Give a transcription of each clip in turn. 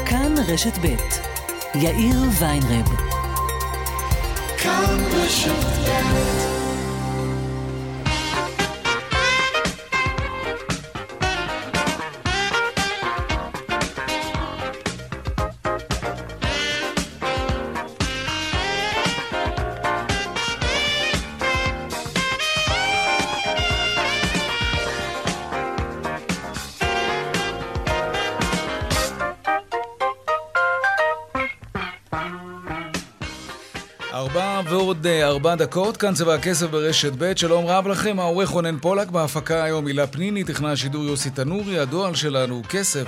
כאן רשת ב' יאיר ויינרב. כאן רשת ב'. ועוד 4 דקות, כאן צבע הכסף ברשת ב'. שלום רב לכם, העורך רונן פולק, בהפקה היום הילה פניני, טכנאי השידור יוסי תנורי, הדואל שלנו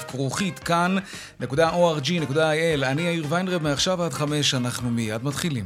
כסף@כאן.org.il. אני יאיר ויינרב, מעכשיו עד 5 אנחנו מיד מתחילים.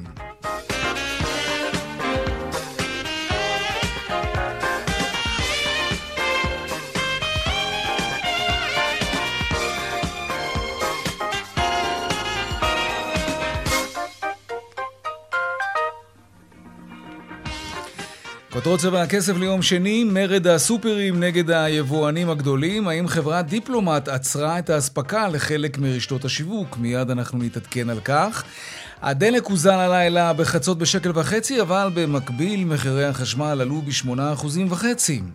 כותרות צבע הכסף ליום שני, מרד הסופרים נגד היבואנים הגדולים. האם חברת דיפלומט עצרה את ההספקה לחלק מרשתות השיווק? מיד אנחנו נתעדכן על כך. הדלק הוזל הלילה בחצות ב1.50 אבל במקביל מחירי החשמל עלו ב8.5%.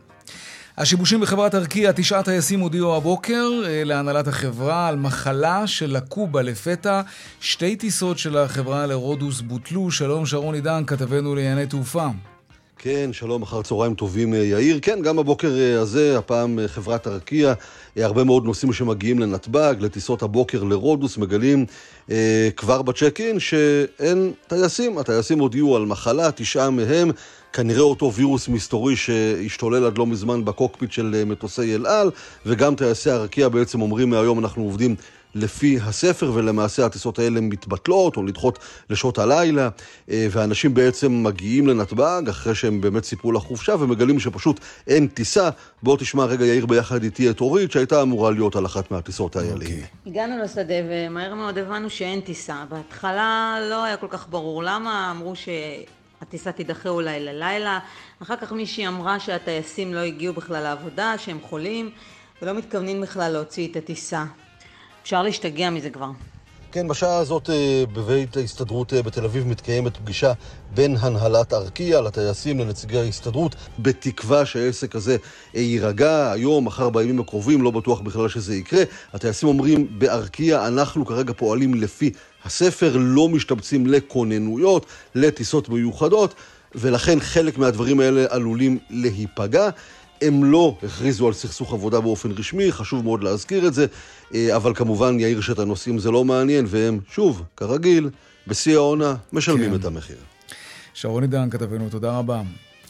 השיבושים בחברת ארקיע, 9 טייסים הודיעו הבוקר להנהלת החברה על מחלה של הקובה לפתע. 2 טיסות של החברה לרודוס בוטלו. שלום שרון עידן, כתבנו לענייני תעופה. כן, שלום, אחר צהריים טובים יאיר. כן, גם הבוקר הזה, הפעם חברת ארקיע, הרבה מאוד נוסעים שמגיעים לנתב"ג, לטיסות הבוקר לרודוס, מגלים כבר בצ'ק-אין שאין טייסים. הטייסים הודיעו על מחלה, 9 מהם, כנראה אותו וירוס מסתורי שהשתולל עד לא מזמן בקוקפיט של מטוסי אל על, וגם טייסי ארקיע בעצם אומרים מהיום אנחנו עובדים לפי הספר, ולמעשה הטיסות האלה מתבטלות או לדחות לשעות הלילה, ואנשים בעצם מגיעים לנתב"ג אחרי שהם באמת סיפרו לחופשה ומגלים שפשוט אין טיסה. בוא תשמע רגע יאיר ביחד איתי את אורית שהייתה אמורה להיות על אחת מהטיסות האלה. הגענו לשדה ומהר מאוד הבנו שאין טיסה. בהתחלה לא היה כל כך ברור למה, אמרו שהטיסה תידחה אולי ללילה, אחר כך מישהי אמרה שהטייסים לא הגיעו בכלל לעבודה, שהם חולים ולא מתכוונים בכלל להוציא את הטיסה. אפשר להשתגע מזה כבר. כן, בשעה הזאת בבית ההסתדרות בתל אביב מתקיימת פגישה בין הנהלת ארקיע לטייסים לנציגי ההסתדרות, בתקווה שהעסק הזה יירגע היום, מחר בימים הקרובים, לא בטוח בכלל שזה יקרה. הטייסים אומרים בארקיע אנחנו כרגע פועלים לפי הספר, לא משתבצים לכוננויות, לטיסות מיוחדות, ולכן חלק מהדברים האלה עלולים להיפגע. הם לא הכריזו על סכסוך עבודה באופן רשמי, חשוב מאוד להזכיר את זה, אבל כמובן יאיר שאת הנושאים זה לא מעניין, והם שוב, כרגיל, בשיא העונה, משלמים את המחיר. שרון עידן כתבנו, תודה רבה.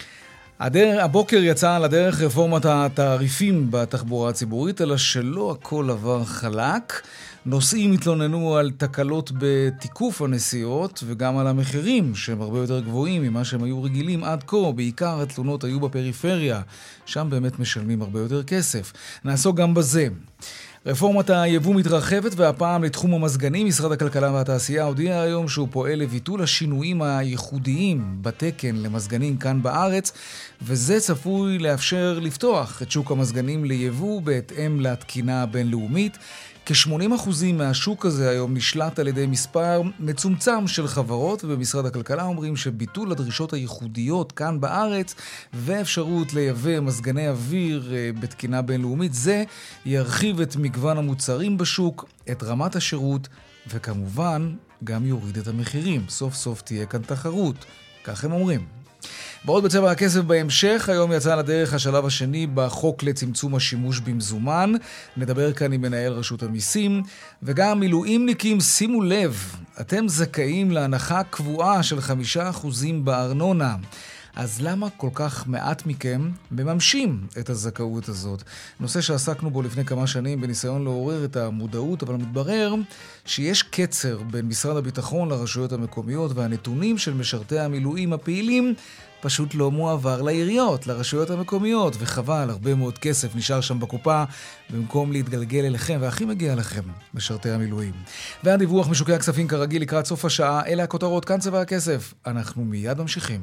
הבוקר יצאה על הדרך רפורמת התעריפים בתחבורה הציבורית, אלא שלא הכל עבר חלק. נוסעים התלוננו על תקלות בתיקוף הנסיעות וגם על המחירים שהם הרבה יותר גבוהים ממה שהם היו רגילים עד כה. בעיקר התלונות היו בפריפריה, שם באמת משלמים הרבה יותר כסף. נעסוק גם בזה. רפורמת היבוא מתרחבת והפעם לתחום המזגנים. משרד הכלכלה והתעשייה הודיע היום שהוא פועל לביטול השינויים הייחודיים בתקן למזגנים כאן בארץ, וזה צפוי לאפשר לפתוח את שוק המזגנים ליבוא בהתאם לתקינה הבינלאומית. כ-80% מהשוק הזה היום נשלט על ידי מספר מצומצם של חברות, ובמשרד הכלכלה אומרים שביטול הדרישות הייחודיות כאן בארץ ואפשרות לייבא מזגני אוויר בתקינה בינלאומית, זה ירחיב את מגוון המוצרים בשוק, את רמת השירות, וכמובן גם יוריד את המחירים. סוף סוף תהיה כאן תחרות, כך הם אומרים. ועוד בצבע הכסף בהמשך, היום יצא לדרך השלב השני בחוק לצמצום השימוש במזומן. נדבר כאן עם מנהל רשות המיסים, וגם מילואימניקים, שימו לב, אתם זכאים להנחה קבועה של 5% בארנונה. אז למה כל כך מעט מכם מממשים את הזכאות הזאת? נושא שעסקנו בו לפני כמה שנים בניסיון לעורר את המודעות, אבל מתברר שיש קצר בין משרד הביטחון לרשויות המקומיות, והנתונים של משרתי המילואים הפעילים פשוט לא מועבר לעיריות, לרשויות המקומיות, וחבל, הרבה מאוד כסף נשאר שם בקופה, במקום להתגלגל אליכם, והכי מגיע לכם, משרתי המילואים. והדיווח משוקי הכספים כרגיל לקראת סוף השעה, אלה הכותרות, כאן צבע הכסף. אנחנו מיד ממשיכים.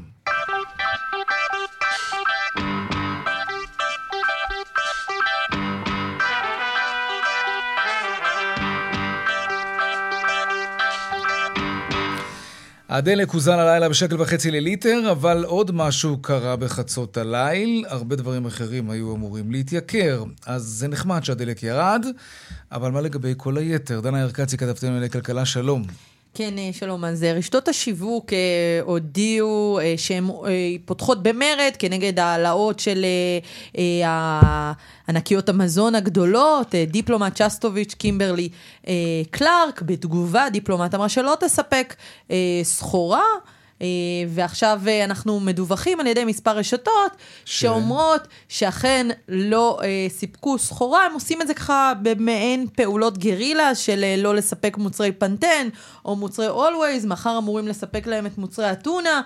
הדלק הוזל הלילה ב1.50 לליטר, אבל עוד משהו קרה בחצות הליל. הרבה דברים אחרים היו אמורים להתייקר. אז זה נחמד שהדלק ירד, אבל מה לגבי כל היתר? דנה ארקצי, כתבתנו לכלכלה, שלום. כן, שלום. אז רשתות השיווק הודיעו שהן פותחות במרד כנגד העלאות של ענקיות המזון הגדולות, דיפלומט, שסטוביץ', קימברלי, קלארק. בתגובה, דיפלומט אמרה שלא תספק סחורה, ועכשיו אנחנו מדווחים על ידי מספר רשתות שאומרות שאכן לא סיפקו סחורה. הם עושים את זה ככה במעין פעולות גרילה של לא לספק מוצרי פנטן או מוצרי Always. מחר אמורים לספק להם את מוצרי הטונה,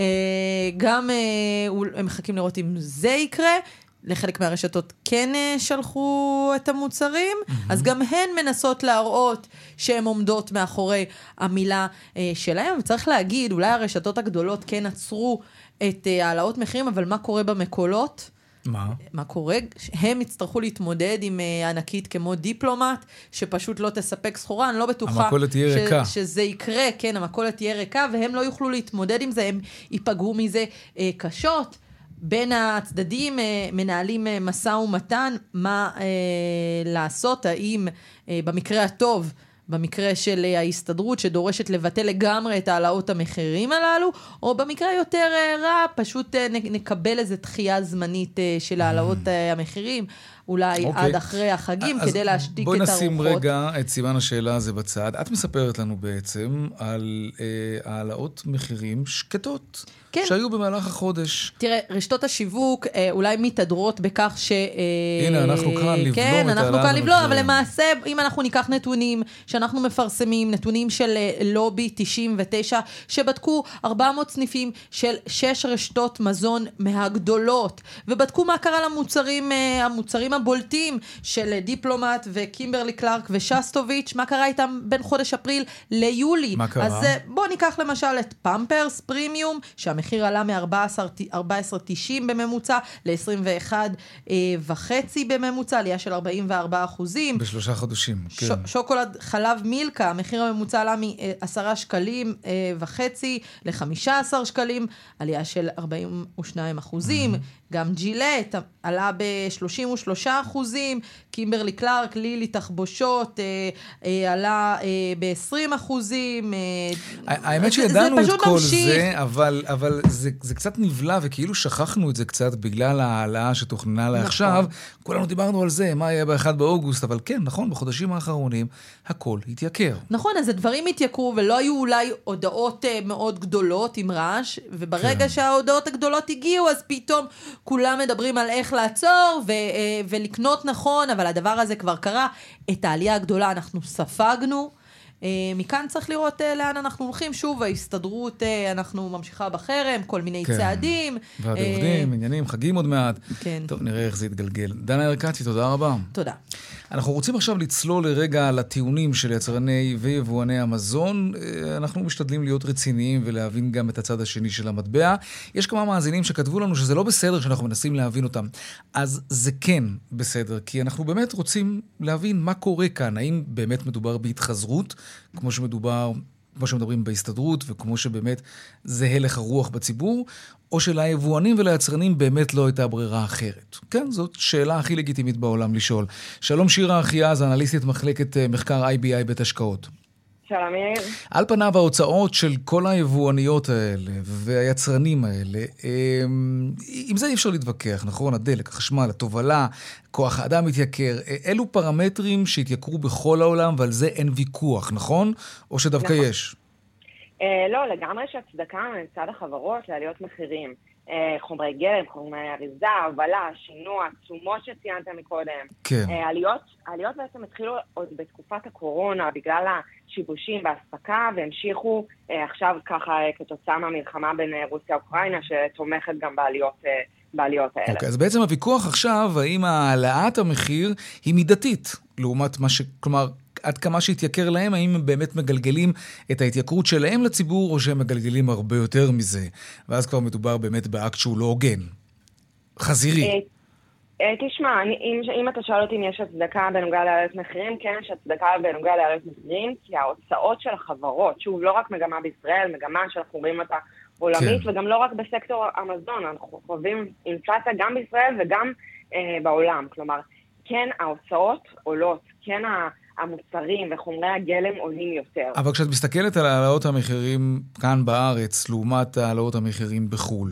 גם הם מחכים לראות אם זה יקרה. לחלק מהרשתות כן שלחו את המוצרים, אז גם הן מנסות להראות שהן עומדות מאחורי המילה שלהם. וצריך להגיד, אולי הרשתות הגדולות כן עצרו את העלאות מחירים, אבל מה קורה במקולות? מה קורה? הם יצטרכו להתמודד עם ענקית כמו דיפלומט, שפשוט לא תספק סחורה. אני לא בטוחה שזה יקרה. כן, המקולת תהיה ריקה, והם לא יוכלו להתמודד עם זה, הם ייפגעו מזה קשות. בין הצדדים מנהלים משא ומתן מה לעשות, האם במקרה הטוב, במקרה של ההסתדרות שדורשת לבטל לגמרי את העלאות המחירים הללו, או במקרה יותר רע, פשוט נקבל איזו דחייה זמנית של העלאות המחירים, אולי עד אחרי החגים, כדי להשתיק את הרוחות. בוא נשים רגע את סימן השאלה הזה בצד. את מספרת לנו בעצם על העלאות מחירים שקטות. כן. שהיו במהלך החודש. תראה, רשתות השיווק אולי מתהדרות בכך הנה, אנחנו כאן לבלום כן, אנחנו כאן לבלום, אבל למעשה, אם אנחנו ניקח נתונים שאנחנו מפרסמים, נתונים של לובי 99, שבדקו 400 סניפים של 6 רשתות מזון מהגדולות, ובדקו מה קרה המוצרים הבולטים של דיפלומט וקימברלי קלארק ושסטוביץ', מה קרה איתם בין חודש אפריל ליולי. מה קרה? אז בוא ניקח למשל את פמפרס פרימיום, שהמחיר עלה מ-14.90 בממוצע ל-21.5 בממוצע, עלייה של 44%. בשלושה חודשים, כן. שוקולד חלב מילקה, המחיר הממוצע עלה מ-10.5 שקלים ל-15 שקלים, עלייה של 42%. גם ג'ילט עלה ב-33%, קימברלי קלארק, לילי תחבושות, עלה ב-20%. האמת שידענו את כל זה, אבל זה קצת נבלה, וכאילו שכחנו את זה קצת בגלל העלאה שתוכננה לעכשיו. כולנו דיברנו על זה, מה יהיה ב-1 באוגוסט, אבל כן, נכון, בחודשים האחרונים הכל התייקר. נכון, אז הדברים התייקרו, ולא היו אולי הודעות מאוד גדולות עם רעש, וברגע שההודעות הגדולות הגיעו, אז פתאום כולם מדברים על איך לעצור ולקנות נכון, אבל הדבר הזה כבר קרה. את העלייה הגדולה אנחנו ספגנו. מכאן צריך לראות לאן אנחנו הולכים. שוב, ההסתדרות, אנחנו ממשיכה בחרם, כל מיני צעדים. ועד עובדים, עניינים, חגים עוד מעט. כן. טוב, נראה איך זה יתגלגל. דנה ארקצי, תודה רבה. תודה. אנחנו רוצים עכשיו לצלול לרגע על הטיעונים של יצרני ויבואני המזון. אנחנו משתדלים להיות רציניים ולהבין גם את הצד השני של המטבע. יש כמה מאזינים שכתבו לנו שזה לא בסדר שאנחנו מנסים להבין אותם. אז זה כן בסדר, כי אנחנו באמת רוצים להבין מה קורה כאן. האם באמת מדובר בהתחזרות, כמו שמדברים בהסתדרות, וכמו שבאמת זה הלך הרוח בציבור, או שליבואנים וליצרנים באמת לא הייתה ברירה אחרת. כן, זאת שאלה הכי לגיטימית בעולם לשאול. שלום שירה אחיאז, אנליסטית מחלקת מחקר IBI בית השקעות. שלום יאיר. על פניו ההוצאות של כל היבואניות האלה והיצרנים האלה, עם זה אי אפשר להתווכח, נכון? הדלק, החשמל, התובלה, כוח האדם מתייקר, אלו פרמטרים שהתייקרו בכל העולם, ועל זה אין ויכוח, נכון? או שדווקא נכון. יש? לא, לגמרי שהצדקה מצד החברות לעליות מחירים. חומרי גלם, חומרי אריזה, הובלה, שינוע, תשומות שציינת מקודם. כן. העליות בעצם התחילו עוד בתקופת הקורונה, בגלל השיבושים בהספקה, והמשיכו עכשיו ככה כתוצאה מהמלחמה בין רוסיה ואוקראינה, שתומכת גם בעליות האלה. אוקיי, אז בעצם הוויכוח עכשיו, האם העלאת המחיר היא מידתית, לעומת מה כלומר, עד כמה שהתייקר להם, האם הם באמת מגלגלים את ההתייקרות שלהם לציבור, או שהם מגלגלים הרבה יותר מזה? ואז כבר מדובר באמת באקט שהוא לא הוגן. חזירי. תשמע, אם אתה שואל אותי אם יש הצדקה בנוגע לעליות מחירים, כן יש הצדקה בנוגע לעליות מחירים, כי ההוצאות של החברות, שוב, לא רק מגמה בישראל, מגמה שאנחנו רואים אותה עולמית, כן. וגם לא רק בסקטור המזון, אנחנו חווים אינפלציה גם בישראל וגם בעולם. כלומר, כן ההוצאות עולות, כן המוצרים וחומרי הגלם עולים יותר. אבל כשאת מסתכלת על העלאות המחירים כאן בארץ, לעומת העלאות המחירים בחו"ל,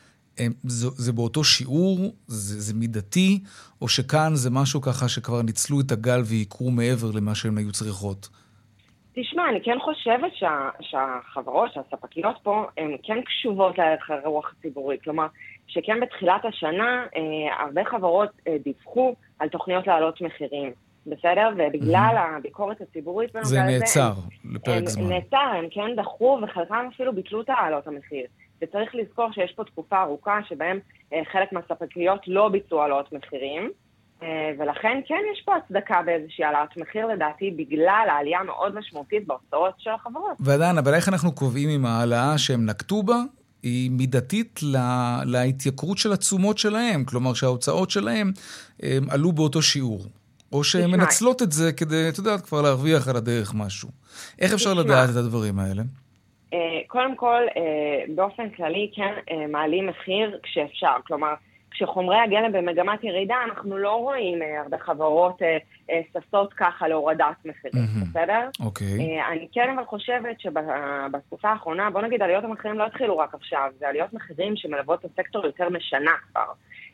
זה באותו שיעור, זה מידתי, או שכאן זה משהו ככה שכבר ניצלו את הגל ויקרו מעבר למה שהן היו צריכות? תשמע, אני כן חושבת שהחברות, שהספקיות פה, הן כן קשובות לערך הרוח הציבורית. כלומר, שכן בתחילת השנה, הרבה חברות דיווחו על תוכניות להעלות מחירים. בסדר? ובגלל הביקורת הציבורית זה נעצר לפרק זמן. נעצר, הם כן דחו, וחלקם אפילו ביטלו את העלות המחיר. וצריך לזכור שיש פה תקופה ארוכה שבהם חלק מהספקיות לא ביצעו העלות מחירים, ולכן כן יש פה הצדקה באיזושהי העלאת מחיר לדעתי, בגלל העלייה מאוד משמעותית בהוצאות של החברות. ועדיין, אבל איך אנחנו קובעים עם העלאה שהם נקטו בה? היא מידתית להתייקרות של התשומות שלהם, כלומר שההוצאות שלהם עלו באותו שיעור. או שהן מנצלות את זה כדי, אתה יודעת, כבר להרוויח על הדרך משהו. איך אפשר לדעת את הדברים האלה? קודם כל, באופן כללי, כן, מעלים מחיר כשאפשר. כלומר, כשחומרי הגלם במגמת ירידה, אנחנו לא רואים הרבה חברות ססות ככה להורדת מחירים, בסדר? אוקיי. אני כן אבל חושבת שבתקופה האחרונה, בוא נגיד, עליות המחירים לא התחילו רק עכשיו, זה עליות מחירים שמלוות את הסקטור יותר משנה כבר.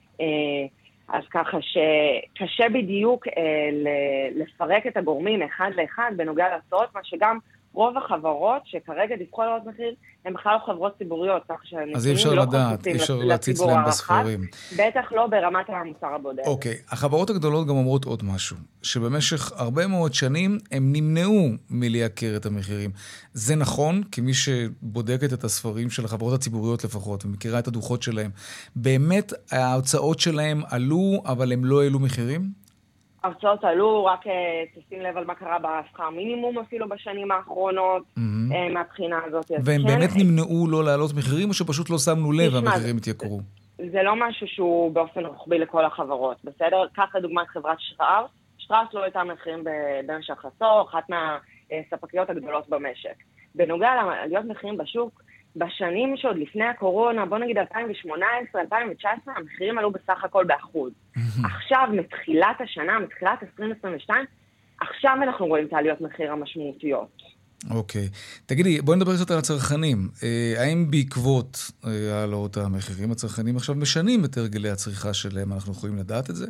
אז ככה שקשה בדיוק לפרק את הגורמים אחד לאחד בנוגע להוצאות, מה שגם רוב החברות שכרגע דיווחו על עוד מחיר, הן בכלל לא חברות ציבוריות, כך אז אי אפשר לדעת, אי אפשר להציץ להם בספרים. בטח לא ברמת המוצר הבודד. אוקיי, החברות הגדולות גם אומרות עוד משהו, שבמשך הרבה מאוד שנים הם נמנעו מלייקר את המחירים. זה נכון, כמי שבודקת את הספרים של החברות הציבוריות לפחות, ומכירה את הדוחות שלהם, באמת ההוצאות שלהם עלו, אבל הם לא העלו מחירים? ההוצאות עלו, רק תשים לב על מה קרה בשכר מינימום אפילו בשנים האחרונות, מהבחינה הזאת. והם באמת נמנעו לא להעלות מחירים, או שפשוט לא שמנו לב והמחירים התייקרו? זה לא משהו שהוא באופן רוחבי לכל החברות, בסדר? כך לדוגמת חברת שטראוס, שטראוס לא הייתה מחירים במשך עשור, אחת מהספקיות הגדולות במשק. בנוגע לעליות מחירים בשוק, בשנים שעוד לפני הקורונה, בוא נגיד 2018, 2019, המחירים עלו בסך הכל באחוז. עכשיו, מתחילת השנה, מתחילת 2022, עכשיו אנחנו רואים את העליות מחיר המשמעותיות. אוקיי. תגידי, בואי נדבר קצת על הצרכנים. האם בעקבות העלאות המחירים, הצרכנים עכשיו משנים את הרגלי הצריכה שלהם? אנחנו יכולים לדעת את זה?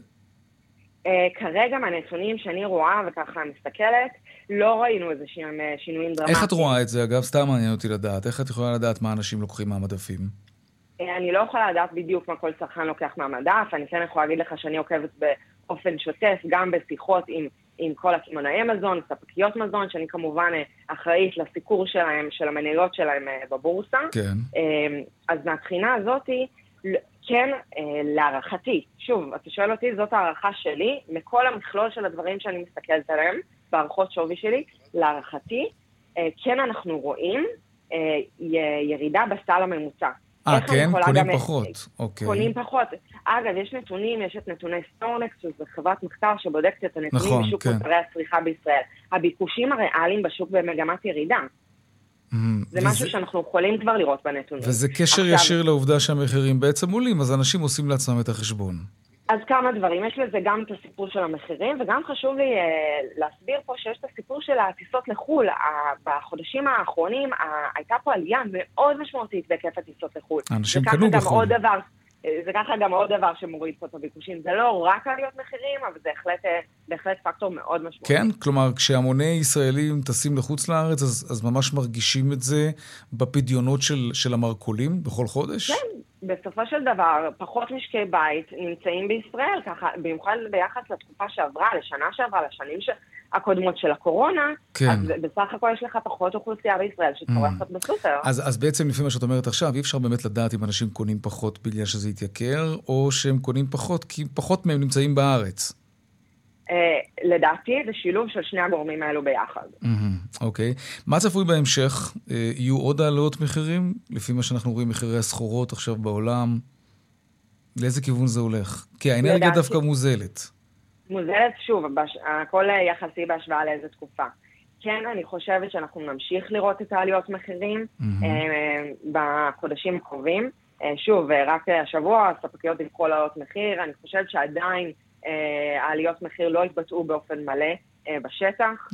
כרגע מהנתונים שאני רואה וככה מסתכלת, לא ראינו איזה שינויים דרמטיים. איך את רואה את זה? אגב, סתם מעניין אותי לדעת. איך את יכולה לדעת מה אנשים לוקחים מהמדפים? אני לא יכולה לדעת בדיוק מה כל צרכן לוקח מהמדף. אני כן יכולה להגיד לך שאני עוקבת באופן שוטף, גם בשיחות עם כל הקמעונאי מזון, ספקיות מזון, שאני כמובן אחראית לסיקור שלהם, של המניות שלהם בבורסה. כן. אז מהבחינה הזאת, כן, להערכתי, שוב, אתה שואל אותי, זאת הערכה שלי, מכל המכלול של הדברים שאני מסתכלת עליהם, בערכות שווי שלי, להערכתי, כן אנחנו רואים ירידה בסל הממוצע. כן? קונים פחות. קונים פחות. אגב, יש נתונים, יש את נתוני סטורנקס, שזו חברת מחקר שבודקת את הנתונים בשוק מוצרי הצריכה בישראל. הביקושים הריאליים בשוק במגמת ירידה. זה משהו שאנחנו יכולים כבר לראות בנתונים. וזה קשר ישיר לעובדה שהמחירים בעצם עולים, אז אנשים עושים לעצמם את החשבון. אז כמה דברים, יש לזה גם את הסיפור של המחירים, וגם חשוב לי להסביר פה שיש את הסיפור של הטיסות לחול. בחודשים האחרונים הייתה פה עלייה מאוד משמעותית בהיקף הטיסות לחול. אנשים קנו בחול. זה ככה גם עוד דבר שמוריד פה את הביקושים. זה לא רק עליות מחירים, אבל זה בהחלט פקטור מאוד משמעותי. כן? כלומר, כשהמוני ישראלים טסים לחוץ לארץ, אז ממש מרגישים את זה בפדיונות של המרכולים בכל חודש? כן. בסופו של דבר, פחות משקי בית נמצאים בישראל, ככה, במיוחד ביחס לתקופה שעברה, לשנה שעברה, לשנים הקודמות של הקורונה, כן. אז בסך הכל יש לך פחות אוכלוסייה בישראל שצורכת בסופר. אז בעצם לפי מה שאת אומרת עכשיו, אי אפשר באמת לדעת אם אנשים קונים פחות בגלל שזה יתייקר, או שהם קונים פחות כי פחות מהם נמצאים בארץ. לדעתי זה שילוב של שני הגורמים האלו ביחד. אוקיי. מה צפוי בהמשך? יהיו עוד העלאות מחירים? לפי מה שאנחנו רואים מחירי הסחורות עכשיו בעולם? לאיזה כיוון זה הולך? כי האנרגיה דווקא מוזלת. מוזלת, שוב, הכל יחסי בהשוואה לאיזה תקופה. כן, אני חושבת שאנחנו נמשיך לראות את העליות מחירים בחודשים הקרובים. שוב, רק השבוע הספקיות דיווחו על העליות מחיר, אני חושבת שעדיין העליות מחיר לא התבטאו באופן מלא בשטח.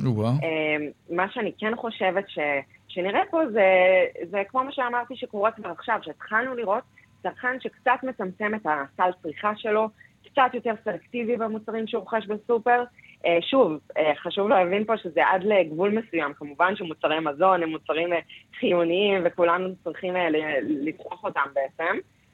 מה שאני כן חושבת שנראה פה זה כמו מה שאמרתי שקורה כבר עכשיו, שהתחלנו לראות צרכן שקצת מצמצם את הסל צריכה שלו, קצת יותר סלקטיבי במוצרים שהוא רוכש בסופר. שוב, חשוב להבין פה שזה עד לגבול מסוים, כמובן שמוצרי מזון הם מוצרים חיוניים וכולנו צריכים לצרוך אותם בעצם.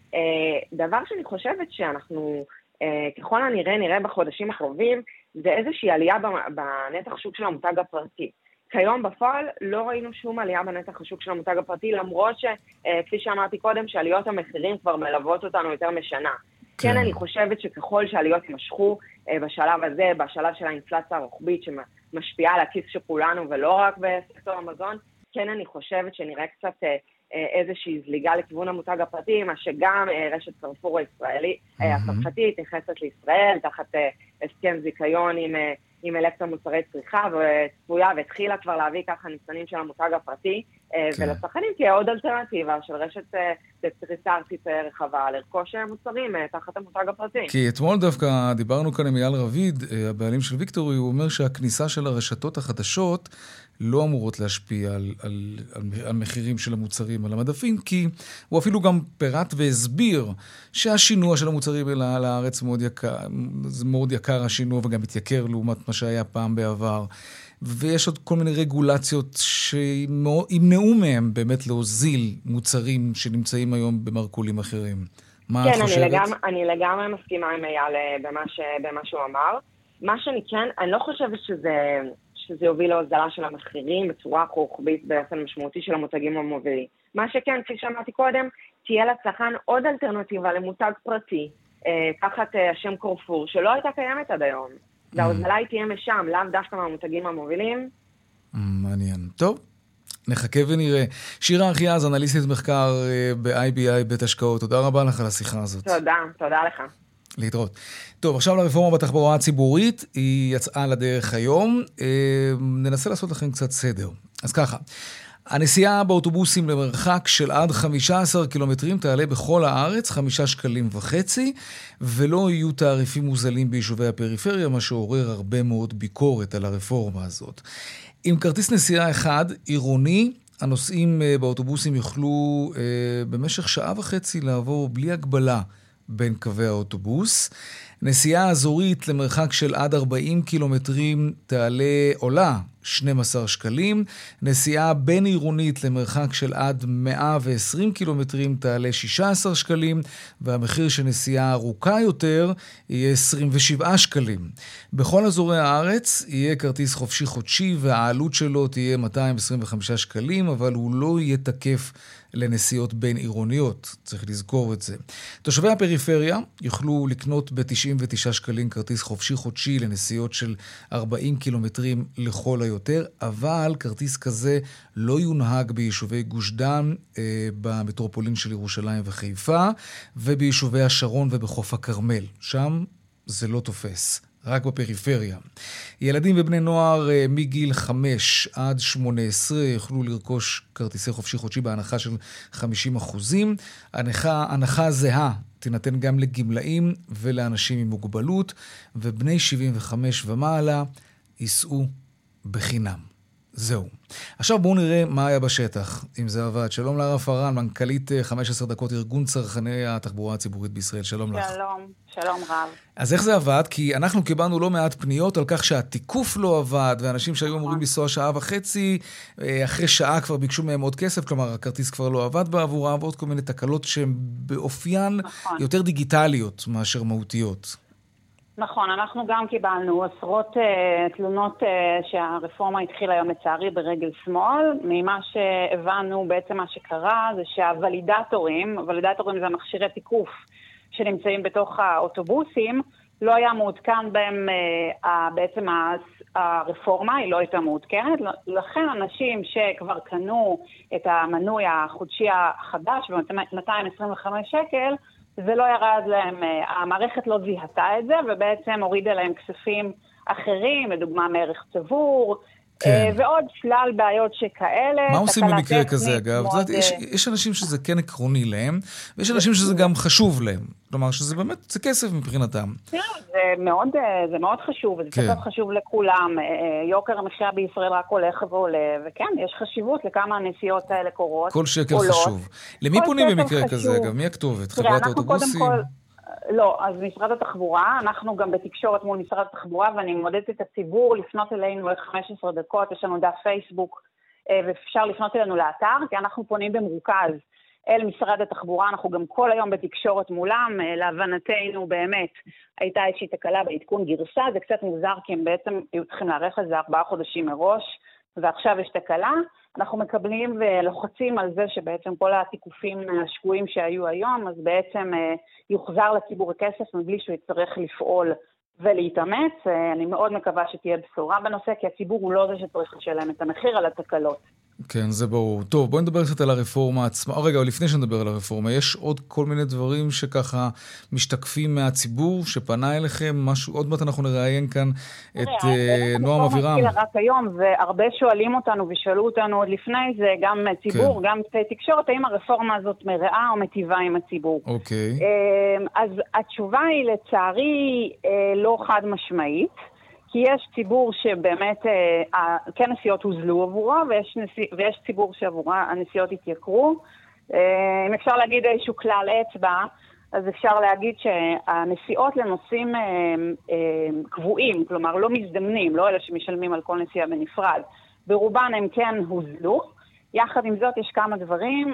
דבר שאני חושבת שאנחנו ככל הנראה נראה בחודשים הקרובים, זה איזושהי עלייה בנתח שוק של המותג הפרטי. כיום בפועל לא ראינו שום עלייה בנתח השוק של המותג הפרטי, למרות שכפי שאמרתי קודם, שעליות המחירים כבר מלוות אותנו יותר משנה. כן, אני חושבת שככל שעליות יימשכו בשלב הזה, בשלב של האינפלציה הרוחבית שמשפיעה על הכיס של כולנו ולא רק בסקטור המזון, כן, אני חושבת שנראה קצת איזושהי זליגה לכיוון המותג הפרטי, מה שגם רשת קרפור הישראלי, הצרפתית, נכנסת לישראל, תחת הסכם זיכיון עם אלקטרה מוצרי צריכה, וצפויה והתחילה כבר להביא ככה ניצנים של המותג הפרטי, ולצרכנים תהיה עוד אלטרנטיבה של רשת פריסה ארצית רחבה, לרכוש מוצרים תחת המותג הפרטי. כי אתמול דווקא דיברנו כאן עם אייל רביד, הבעלים של ויקטורי, הוא אומר שהכניסה של הרשתות החדשות לא אמורות להשפיע על מחירים של המוצרים על המדפים, כי הוא אפילו גם פירט והסביר שהשינוע של המוצרים לארץ מאוד יקר, זה מאוד יקר השינוע וגם מתייקר לעומת מה שהיה פעם בעבר. ויש עוד כל מיני רגולציות שימנעו מהם באמת להוזיל מוצרים שנמצאים היום במרכולים אחרים. מה את חושבת? כן, אני לגמרי מסכימה עם אייל במה שהוא אמר. מה שאני כן, אני לא חושבת שזה יוביל להוזלה של המחירים בצורה רוחבית באופן משמעותי של המותגים המובילים. מה שכן, כפי שאמרתי קודם, תהיה לצרכן עוד אלטרנטיבה למותג פרטי, תחת השם קרפור, שלא הייתה קיימת עד היום. וההוזלה היא תהיה משם, לאו דווקא מהמותגים המובילים. מעניין. טוב, נחכה ונראה. שירה אחיעז, אנליסטית מחקר ב-IBI בית השקעות. תודה רבה לך על השיחה הזאת. תודה לך. להתראות. טוב, עכשיו לרפורמה בתחבורה הציבורית, היא יצאה לדרך היום. ננסה לעשות לכם קצת סדר. אז ככה, הנסיעה באוטובוסים למרחק של עד 15 קילומטרים תעלה בכל הארץ 5.5 שקלים, ולא יהיו תעריפים מוזלים ביישובי הפריפריה, מה שעורר הרבה מאוד ביקורת על הרפורמה הזאת. עם כרטיס נסיעה אחד, עירוני, הנוסעים באוטובוסים יוכלו במשך 1.5 שעות לעבור בלי הגבלה בין קווי האוטובוס. נסיעה אזורית למרחק של עד 40 קילומטרים עולה 12 שקלים. נסיעה בין עירונית למרחק של עד 120 קילומטרים תעלה 16 שקלים, והמחיר של נסיעה ארוכה יותר יהיה 27 שקלים. בכל אזורי הארץ יהיה כרטיס חופשי חודשי, והעלות שלו תהיה 225 שקלים, אבל הוא לא יהיה תקף לנסיעות בין עירוניות, צריך לזכור את זה. תושבי הפריפריה יוכלו לקנות ב-99 שקלים כרטיס חופשי חודשי לנסיעות של 40 קילומטרים לכל היותר, אבל כרטיס כזה לא יונהג ביישובי גוש דן, במטרופולין של ירושלים וחיפה, וביישובי השרון ובחוף הכרמל. שם זה לא תופס. רק בפריפריה. ילדים ובני נוער מגיל 5 עד 18 יוכלו לרכוש כרטיסי חופשי חודשי בהנחה של 50%. הנחה זהה תינתן גם לגמלאים ולאנשים עם מוגבלות, ובני 75 ומעלה ייסעו בחינם. זהו. עכשיו בואו נראה מה היה בשטח, אם זה עבד. שלום להרה פארן, מנכ"לית 15 דקות ארגון צרכני התחבורה הציבורית בישראל. שלום לך. שלום רב. אז איך זה עבד? כי אנחנו קיבלנו לא מעט פניות על כך שהתיקוף לא עבד, ואנשים שהיו אמורים לנסוע 1.5 שעות, אחרי שעה כבר ביקשו מהם עוד כסף, כלומר הכרטיס כבר לא עבד בעבורם, ועוד כל מיני תקלות שהן באופיין יותר דיגיטליות מאשר מהותיות. נכון, אנחנו גם קיבלנו עשרות תלונות שהרפורמה התחילה היום לצערי ברגל שמאל. ממה שהבנו בעצם מה שקרה זה שהוולידטורים זה מכשירי תיקוף שנמצאים בתוך האוטובוסים, לא היה מעודכן בהם בעצם הרפורמה, היא לא הייתה מעודכנת, לכן אנשים שכבר קנו את המנוי החודשי החדש ב-225 שקל, זה לא ירד להם, המערכת לא זיהתה את זה, ובעצם הורידה להם כספים אחרים, לדוגמה מערך צבור, כן. ועוד שלל בעיות שכאלה. מה עושים במקרה כזה, אגב? יש אנשים שזה כן עקרוני להם, ויש אנשים שזה גם חשוב להם. כלומר, שזה באמת, זה כסף מבחינתם. זה מאוד חשוב, וזה כסף חשוב לכולם. יוקר המחיה בישראל רק הולך ועולה, וכן, יש חשיבות לכמה הנסיעות האלה קורות. כל שקל חשוב. למי פונים במקרה כזה, אגב? מי הכתובת? חברת האוטובוסים? לא, אז משרד התחבורה, אנחנו גם בתקשורת מול משרד התחבורה, ואני מעודדת את הציבור לפנות אלינו ל-15 דקות, יש לנו דף פייסבוק, ואפשר לפנות אלינו לאתר, כי אנחנו פונים במרוכז אל משרד התחבורה, אנחנו גם כל היום בתקשורת מולם, להבנתנו באמת הייתה איזושהי תקלה בעדכון גרסה, זה קצת מוזר, כי הם בעצם היו צריכים להערך לזה 4 חודשים מראש, ועכשיו יש תקלה, אנחנו מקבלים ולוחצים על זה שבעצם כל התיקופים השקועים שהיו היום, אז בעצם יוחזר לציבור הכסף מבלי שהוא יצטרך לפעול ולהתאמץ. אני מאוד מקווה שתהיה בשורה בנושא, כי הציבור הוא לא זה שצריך לשלם את המחיר על התקלות. כן, זה ברור. טוב, בואי נדבר קצת על הרפורמה עצמה. רגע, לפני שנדבר על הרפורמה, יש עוד כל מיני דברים שככה משתקפים מהציבור, שפנה אליכם, משהו, עוד מעט אנחנו נראיין כאן את נועם אבירם. רק היום, והרבה שואלים אותנו ושאלו אותנו עוד לפני זה, גם ציבור, גם תקשורת, האם הרפורמה הזאת מראה או מטיבה עם הציבור. אוקיי. אז התשובה היא לצערי לא חד משמעית. כי יש ציבור שבאמת כן נסיעות הוזלו עבורו, ויש ציבור שעבורה הנסיעות התייקרו. אם אפשר להגיד איזשהו כלל אצבע, אז אפשר להגיד שהנסיעות לנוסעים קבועים, כלומר לא מזדמנים, לא אלה שמשלמים על כל נסיעה בנפרד, ברובן הם כן הוזלו. יחד עם זאת יש כמה דברים,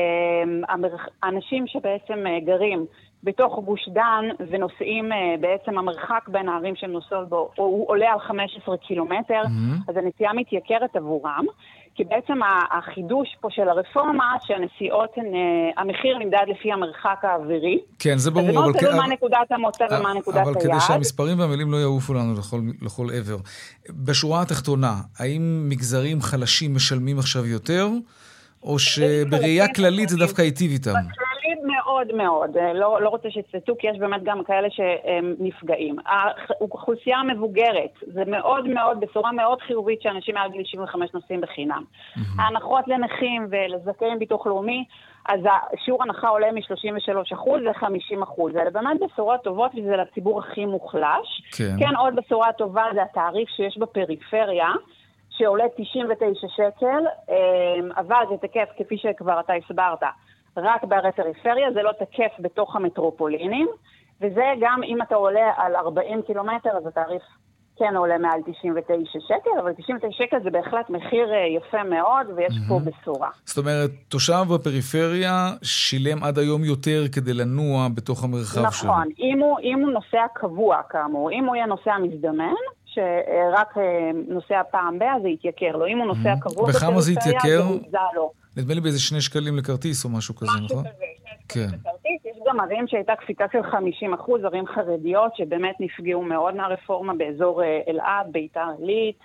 אנשים שבעצם גרים בתוך גוש דן ונוסעים בעצם המרחק בין הערים שהם נוסעות בו, הוא עולה על 15 קילומטר, אז הנסיעה מתייקרת עבורם, כי בעצם החידוש פה של הרפורמה, שהנסיעות, המחיר נמדד לפי המרחק האווירי. כן, זה ברור. אז זה לא תלוי מה נקודת המוצא ומה נקודת היעד. אבל כדי שהמספרים והמילים לא יעופו לנו לכל עבר. בשורה התחתונה, האם מגזרים חלשים משלמים עכשיו יותר, או שבראייה כללית זה דווקא היטיב איתם? בכללית מאוד מאוד. לא רוצה שתצטטו, כי יש באמת גם כאלה שנפגעים. האוכלוסייה המבוגרת, זה מאוד מאוד, בשורה מאוד חיובית שאנשים מעל גיל 75 נוסעים בחינם. ההנחות לנכים ולזכאים ביטוח לאומי, אז השיעור הנחה עולה מ-33% ל-50%. זה באמת בשורות טובות, וזה לציבור הכי מוחלש. כן, עוד בשורה טובה זה התעריף שיש בפריפריה, שעולה 99 שקל, אבל זה תקף כפי שכבר אתה הסברת, רק בערי פריפריה, זה לא תקף בתוך המטרופולינים, וזה גם אם אתה עולה על 40 קילומטר, אז התעריף כן עולה מעל 99 שקל, אבל 99 שקל זה בהחלט מחיר יפה מאוד, ויש פה בשורה. זאת אומרת, תושב בפריפריה שילם עד היום יותר כדי לנוע בתוך המרחב שלו. נכון, אם הוא נוסע קבוע כאמור, אם הוא יהיה נוסע מזדמן, שרק נוסע פעם בה, זה יתייקר לו. אם הוא נוסע קבוע בכמה זה יתייקר? זה לא. נדמה לי באיזה 2 שקלים לכרטיס או משהו כזה, נכון? משהו כזה, 2 שקלים לכרטיס. יש גם ערים שהייתה קפיצה של 50%, ערים חרדיות שבאמת נפגעו מאוד מהרפורמה באזור אלעד, ביתר עילית.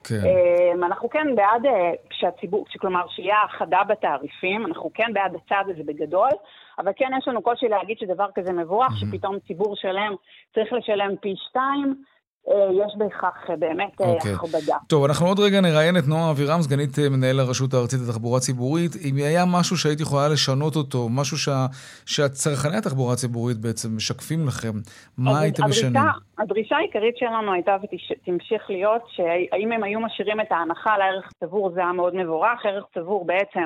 אנחנו כן בעד שהציבור, כלומר שיהיה האחדה בתעריפים, אנחנו כן בעד הצעד הזה בגדול, אבל כן יש לנו קושי להגיד שדבר כזה מבורך, שפתאום ציבור שלם צריך לשלם פי 2, יש בכך באמת הכבדה. טוב, אנחנו עוד רגע נראיין את נועה אבירם, סגנית מנהל הרשות הארצית לתחבורה ציבורית. אם היה משהו שהיית יכולה לשנות אותו, משהו שהצרכני התחבורה הציבורית בעצם משקפים לכם, מה הייתם משנים? הדרישה העיקרית שלנו הייתה ותמשיך להיות, שהאם הם היו משאירים את ההנחה לערך צבור, זה היה מאוד מבורך. ערך צבור בעצם,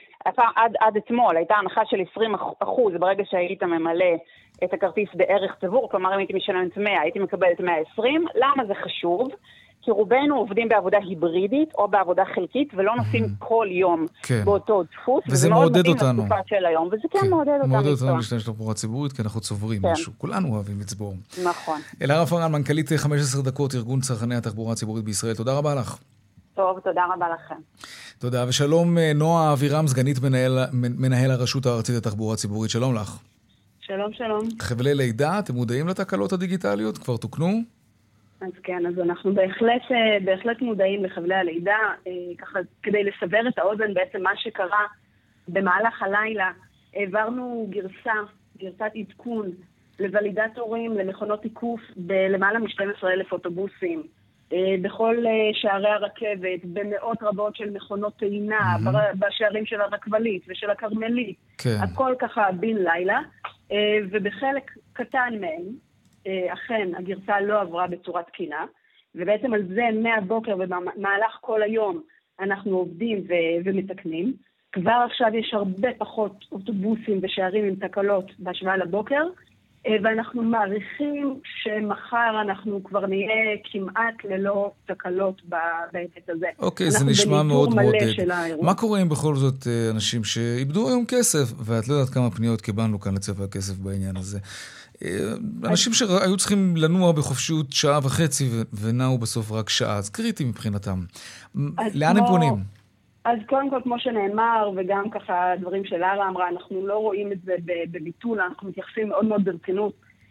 עד אתמול הייתה הנחה של 20%, ברגע שהיית ממלא את הכרטיס בערך צבור, כלומר אם הייתי משלמת 100, הייתי מקבלת 120. למה זה חשוב? כי רובנו עובדים בעבודה היברידית או בעבודה חלקית, ולא נוסעים כל יום באותו דפוס, וזה מעודד אותנו. של היום, וזה כן מעודד אותנו. מעודד אותנו להשתמש בתחבורה ציבורית, כי אנחנו צוברים משהו. כולנו אוהבים לצבור. נכון. אלהרר פארן, מנכ"לית 15 דקות, ארגון צרכני התחבורה הציבורית בישראל. תודה רבה לך. טוב, תודה רבה לכם. תודה, ושלום נועה אבירם, סגנית מנהל הרשות הארצית לתחבורה הציבורית. שלום לך. שלום, שלום. חבלי לידה, אתם מודעים לתקלות הדיגיטליות? כבר תוקנו? אז כן, אז אנחנו בהחלט מודעים לחבלי הלידה, ככה כדי לסבר את האוזן בעצם מה שקרה במהלך הלילה, העברנו גרסה גרסת עדכון לוולידטורים, למכונות תיקוף, בלמעלה מ-12,000 אוטובוסים, בכל שערי הרכבת, במאות רבות של מכונות טעינה, בשערים של הרכבלית ושל הכרמלית, כן. הכל ככה בין לילה, ובחלק קטן מהם, אכן הגרסה לא עברה בצורה תקינה, ובעצם על זה מהבוקר ובמהלך כל היום אנחנו עובדים ומתקנים. כבר עכשיו יש הרבה פחות אוטובוסים ושערים עם תקלות בהשוואה לבוקר, ואנחנו מעריכים שמחר אנחנו כבר נהיה כמעט ללא תקלות בהיבט הזה. אוקיי, זה נשמע מאוד מודד. מה קורה עם בכל זאת אנשים שאיבדו היום כסף, ואת לא יודעת כמה פניות קיבלנו כאן לצבע הכסף בעניין הזה. אנשים שהיו צריכים לנוע בחופשיות שעה וחצי ונעו בסוף רק שעה, אז קריטי מבחינתם. לאן הם פונים? אז קודם כל, כמו שנאמר, וגם ככה דברים של לארה אמרה, אנחנו לא רואים את זה בביטול, אנחנו מתייחסים מאוד מאוד ברצינות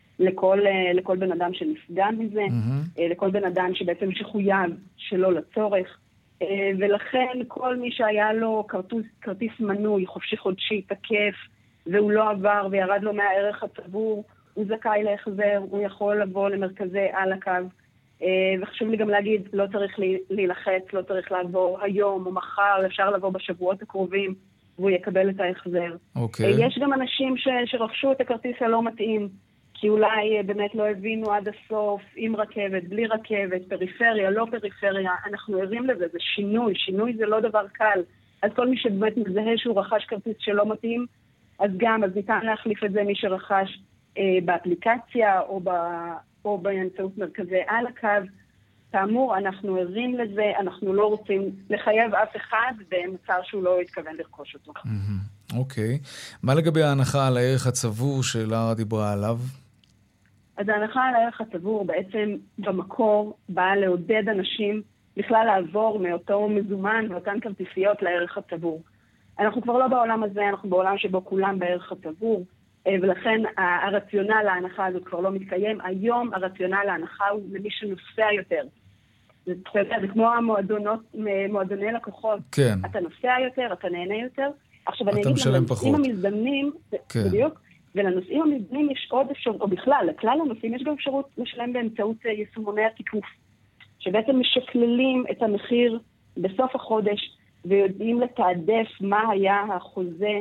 לכל בן אדם שנפגע מזה, לכל בן אדם שבעצם שחויב שלא לצורך, ולכן כל מי שהיה לו כרטיס מנוי, חופשי חודשי, תקף, והוא לא עבר וירד לו מהערך הצבור, הוא זכאי להחזר, הוא יכול לבוא למרכזי על הקו, וחשוב לי גם להגיד, לא צריך להילחץ, לא צריך לעבור היום או מחר, אפשר לבוא בשבועות הקרובים, והוא יקבל את ההחזר. יש גם אנשים שרכשו את הכרטיס הלא מתאים, כי אולי באמת לא הבינו עד הסוף, עם רכבת, בלי רכבת, פריפריה, לא פריפריה, אנחנו ערים לזה, זה שינוי זה לא דבר קל. אז כל מי שבאמת מזהה שהוא רכש כרטיס שלא מתאים, אז ניתן להחליף את זה מי שרכש באפליקציה או באמצעות מרכזי על הקו. כאמור, אנחנו ערים לזה, אנחנו לא רוצים לחייב אף אחד במוצר שהוא לא התכוון לרכוש אותו. אוקיי. מה לגבי ההנחה על הערך הצבור שלארה דיברה עליו? אז ההנחה על הערך הצבור בעצם במקור באה לעודד אנשים בכלל לעבור מאותו מזומן ואותן כרטיסיות לערך הצבור. אנחנו כבר לא בעולם הזה, אנחנו בעולם שבו כולם בערך הצבור, ולכן הרציונל להנחה הזאת כבר לא מתקיים. היום הרציונל להנחה הוא למי שנוסע יותר. זה כמו מועדוני לקוחות. כן. אתה נוסע יותר, אתה נהנה יותר. עכשיו אני אגיד לנוסעים המזדמנים, בדיוק, ולנוסעים המזדמנים יש עוד אפשרות, או בכלל, לכלל הנוסעים יש גם אפשרות לשלם באמצעות יישומוני התיקוף, שבעצם משקללים את המחיר בסוף החודש, ויודעים לתעדף מה היה החוזה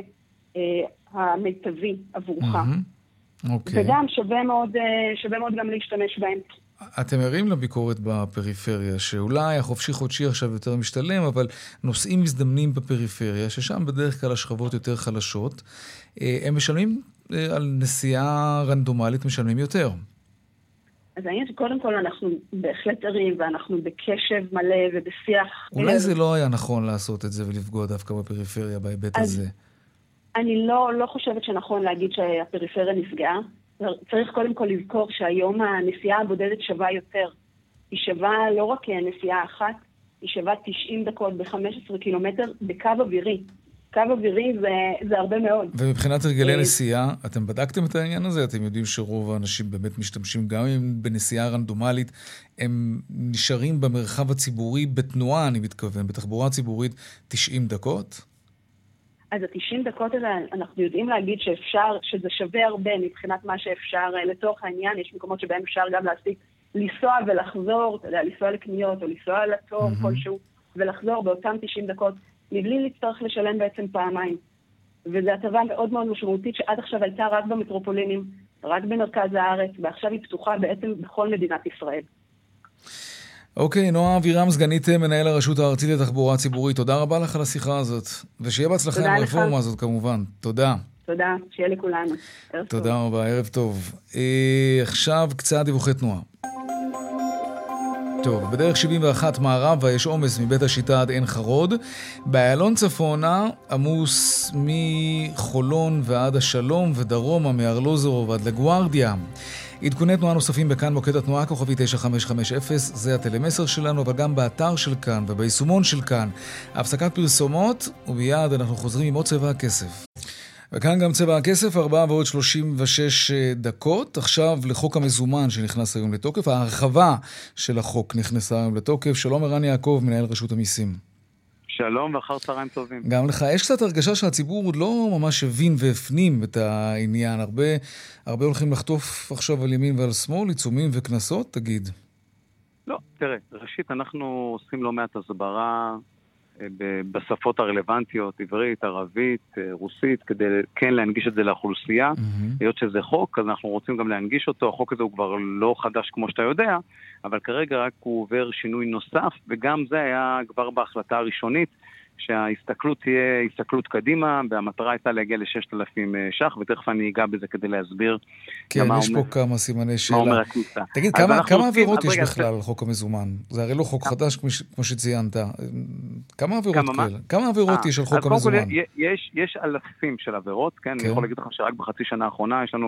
המיטבי עבורך. וגם שווה מאוד גם להשתמש בהם. אתם ערים לביקורת בפריפריה, שאולי החופשי חודשי עכשיו יותר משתלם, אבל נוסעים מזדמנים בפריפריה, ששם בדרך כלל השכבות יותר חלשות, הם משלמים על נסיעה רנדומלית, משלמים יותר. אז העניין שקודם כל אנחנו בהחלט ערים, ואנחנו בקשב מלא ובשיח. אולי זה לא היה נכון לעשות את זה ולפגוע דווקא בפריפריה בהיבט הזה. אני לא חושבת שנכון להגיד שהפריפריה נפגעה. צריך קודם כל לזכור שהיום הנסיעה הבודדת שווה יותר. היא שווה לא רק נסיעה אחת, היא שווה 90 דקות ב-15 קילומטר בקו אווירי. קו אווירי זה הרבה מאוד. ומבחינת הרגלי נסיעה, אתם בדקתם את העניין הזה? אתם יודעים שרוב האנשים באמת משתמשים, גם אם בנסיעה רנדומלית, הם נשארים במרחב הציבורי בתנועה, אני מתכוון, בתחבורה ציבורית 90 דקות? אז ה-90 דקות האלה, אנחנו יודעים להגיד שזה שווה הרבה מבחינת מה שאפשר לתוך העניין. יש מקומות שבהם אפשר גם להספיק לנסוע ולחזור, אתה יודע, לנסוע לקניות או לנסוע לתור כלשהו, ולחזור באותם 90 דקות, מבלי להצטרך לשלם בעצם פעמיים. וזו הטבה מאוד מאוד משמעותית שעד עכשיו הייתה רק במטרופולינים, רק במרכז הארץ, ועכשיו היא פתוחה בעצם בכל מדינת ישראל. אוקיי, נועה אבירם, סגנית מנהל הרשות הארצית לתחבורה ציבורית, תודה רבה לך על השיחה הזאת, ושיהיה בהצלחה עם הרפורמה הזאת כמובן. תודה. תודה, שיהיה לכולנו. ערב טוב. תודה רבה, ערב טוב. עכשיו קצת דיווחי תנועה. טוב, בדרך 71 מערבה יש עומס מבית השיטה עד עין חרוד. באיילון צפונה עמוס מחולון ועד השלום ודרומה מארלוזורוב ועד לגוארדיה. עדכוני תנועה נוספים בכאן מוקד התנועה כוכבי 9550, זה הטלמסר שלנו, אבל גם באתר של כאן וביישומון של כאן. הפסקת פרסומות, ומיד אנחנו חוזרים עם עוד צבע הכסף. וכאן גם צבע הכסף, 4:36 דקות. עכשיו לחוק המזומן שנכנס היום לתוקף. ההרחבה של החוק נכנסה היום לתוקף. שלום ערן יעקב, מנהל רשות המיסים. שלום ואחר צהריים טובים. גם לך. יש קצת הרגשה שהציבור לא ממש הבין והפנים את העניין. הרבה הולכים לחטוף עכשיו על ימין ועל שמאל, עיצומים וכנסות, תגיד. לא, תראה, ראשית אנחנו עושים לא מעט הסברה בשפות הרלוונטיות, עברית, ערבית, רוסית, כדי כן להנגיש את זה לאוכלוסייה. היות שזה חוק, אז אנחנו רוצים גם להנגיש אותו. החוק הזה הוא כבר לא חדש כמו שאתה יודע, אבל כרגע רק הוא עובר שינוי נוסף, וגם זה היה כבר בהחלטה הראשונית, שההסתכלות תהיה הסתכלות קדימה, והמטרה הייתה להגיע ל6,000 ש"ח, ותכף אני אגע בזה כדי להסביר. כן, יש פה כמה סימני שאלה. מה אומר הכניסה. תגיד, כמה עבירות יש בכלל על חוק המזומן? זה הרי לא חוק חדש כמו שציינת. כמה עבירות כאלה? כמה עבירות יש על חוק המזומן? יש אלפים של עבירות, כן? אני יכול להגיד לך שרק בחצי שנה האחרונה יש לנו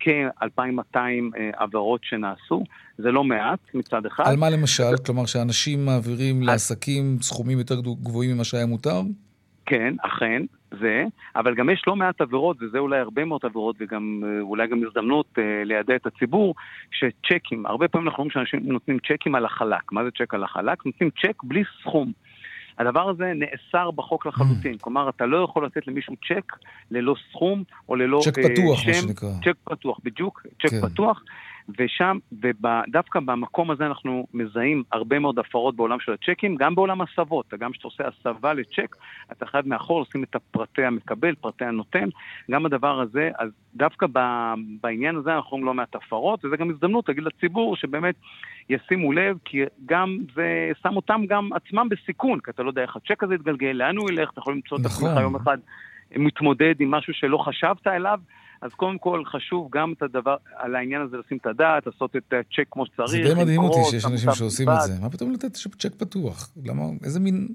כ-2,200 עבירות שנעשו. זה לא מעט מצד אחד. על מה למשל? כלומר שאנשים מעבירים לעסקים סכומים יותר גבוהים ממה שהיה מותר? כן, אכן, זה. אבל גם יש לא מעט עבירות, וזה אולי הרבה מאוד עבירות, וגם אולי גם הזדמנות לידע את הציבור, שצ'קים, הרבה פעמים אנחנו רואים שאנשים נותנים צ'קים על החלק. מה זה צ'ק על החלק? נותנים צ'ק בלי סכום. הדבר הזה נאסר בחוק לחלוטין. כלומר, אתה לא יכול לתת למישהו צ'ק ללא סכום, או ללא צ'ק פתוח, שם. מה שנקרא. צ'ק פתוח, בדיוק, צ'ק פתוח. ושם, ודווקא במקום הזה אנחנו מזהים הרבה מאוד הפרות בעולם של הצ'קים, גם בעולם הסבות. גם כשאתה עושה הסבה לצ'ק, אתה חייב מאחור לשים את פרטי המקבל, פרטי הנותן. גם הדבר הזה, אז דווקא בעניין הזה אנחנו רואים לא מעט הפרות, וזה גם הזדמנות להגיד לציבור שבאמת ישימו לב, כי גם זה שם אותם גם עצמם בסיכון, כי אתה לא יודע איך הצ'ק הזה יתגלגל, לאן הוא ילך, אתה יכול למצוא את עצמך יום אחד מתמודד עם משהו שלא חשבת אליו, אז קודם כל חשוב גם את הדבר, על העניין הזה לשים את הדעת, לעשות את הצ'ק כמו שצריך. זה די מדהים אותי שיש אנשים שעושים את זה. מה פתאום לתת צ'ק פתוח? למה? איזה מין...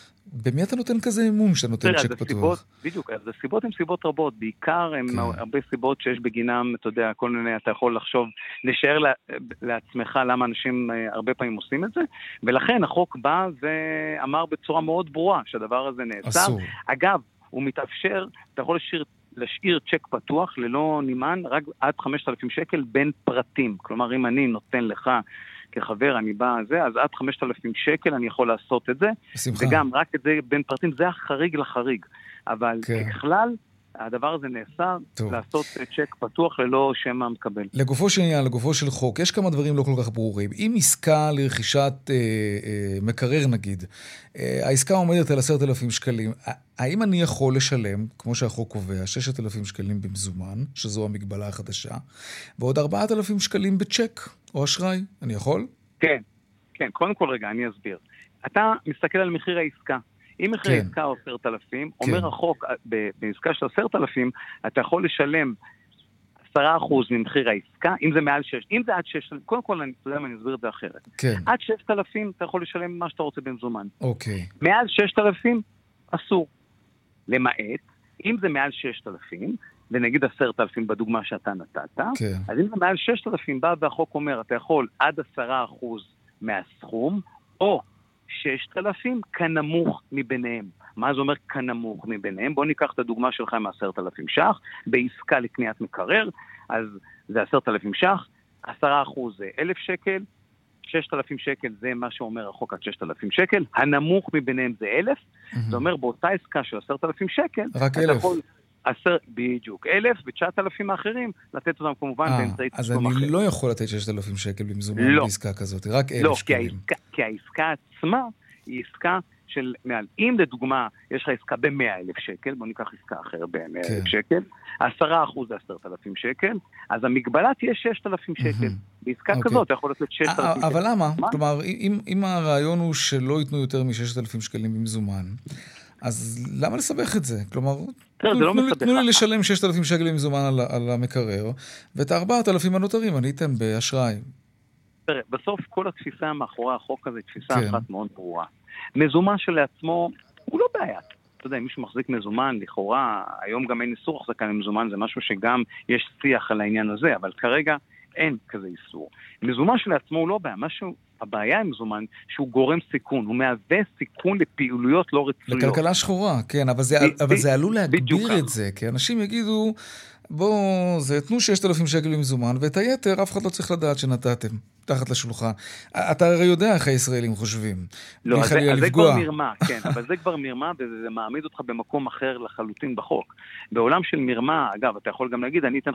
במי אתה נותן כזה אמון שאתה נותן צ'ק פתוח? בדיוק, אז הסיבות הן סיבות רבות. בעיקר הן הרבה סיבות שיש בגינם, אתה יודע, כל מיני, אתה יכול לחשוב, לשער לעצמך למה אנשים הרבה פעמים עושים את זה, ולכן החוק בא ואמר בצורה מאוד ברורה שהדבר הזה נעצר. אגב, הוא מתאפשר, אתה יכול להשאיר צ'ק פתוח ללא נימן, רק עד 5,000 שקל בין פרטים. כלומר, אם אני נותן לך כחבר, אני בא זה, אז עד 5,000 שקל אני יכול לעשות את זה. בשמחה. וגם רק את זה בין פרטים, זה החריג לחריג. אבל ככלל, הדבר הזה נאסר לעשות צ'ק פתוח ללא שם המקבל. לגופו של עניין, לגופו של חוק, יש כמה דברים לא כל כך ברורים. אם עסקה לרכישת מקרר נגיד, העסקה עומדת על 10,000 שקלים, האם אני יכול לשלם, כמו שהחוק קובע, 6,000 שקלים במזומן, שזו המגבלה החדשה, ועוד 4,000 שקלים בצ'ק או אשראי? אני יכול? כן, כן. קודם כל רגע, אני אסביר. אתה מסתכל על מחיר העסקה. אם מחיר העסקה הוא 10,000, אומר החוק, בעסקה של 10,000, אתה יכול לשלם 10% ממחיר העסקה, אם זה מעל 6, אם זה עד 6, קודם כל אני אסביר את זה אחרת. עד 6,000 אתה יכול לשלם מה שאתה רוצה במזומן. מעל 6,000 אסור. למעט, אם זה מעל 6,000, ונגיד 10,000 בדוגמה שאתה נתת, אז אם זה מעל 6,000 בא והחוק אומר, אתה יכול עד 10% מהסכום, או 6,000 כנמוך מביניהם. מה זה אומר כנמוך מביניהם? בוא ניקח את הדוגמה שלך עם 10,000 ש"ח, בעסקה לקניית מקרר, אז זה 10,000 ש"ח, 10% זה 1,000 שקל, 6,000 שקל זה מה שאומר החוק עד 6,000 שקל, הנמוך מביניהם זה 1,000, זה אומר באותה עסקה של 10,000 שקל, רק 1,000. בדיוק, 1,000 ו9,000 האחרים, לתת אותם כמובן באמצעי תשלום אחר. אז אני לא יכול לתת 6,000 שקל במזומן בעסקה כזאת, רק 1,000 שקלים. לא, כי העסקה עצמה היא עסקה של מעל. אם לדוגמה יש לך עסקה ב100,000 שקל, בוא ניקח עסקה אחרת ב100,000 שקל, 10% זה 10,000 שקל, אז המגבלה תהיה 6,000 שקל. בעסקה כזאת אתה יכול לתת 6,000 שקל. אבל למה? כלומר, אם הרעיון הוא שלא ייתנו יותר מ6,000 שקלים במזומן, אז למה לסבך את זה? כלומר, תנו לי לשלם 6,000 שקל במזומן על המקרר, ואת 4,000 הנותרים אני אתן באשראי. תראה, בסוף כל התפיסה מאחורי החוק הזה, תפיסה אחת מאוד ברורה. מזומן שלעצמו הוא לא בעיה. אתה יודע, אם מישהו מחזיק מזומן, לכאורה, היום גם אין איסור החזקה למזומן, זה משהו שגם יש שיח על העניין הזה, אבל כרגע אין כזה איסור. מזומן שלעצמו הוא לא בעיה, הבעיה עם מזומן שהוא גורם סיכון, הוא מהווה סיכון לפעילויות לא רצויות. לכלכלה שחורה, כן, אבל זה עלול להגביר את זה, כי אנשים יגידו, תנו 6,000 שקל במזומן, ואת היתר אף אחד לא צריך לדעת שנתתם. תחת לשולחן. אתה הרי יודע איך הישראלים חושבים. לא, אז זה כבר מרמה, כן, אבל זה כבר מרמה, וזה מעמיד אותך במקום אחר לחלוטין בחוק. בעולם של מרמה, אגב, אתה יכול גם להגיד, אני אתן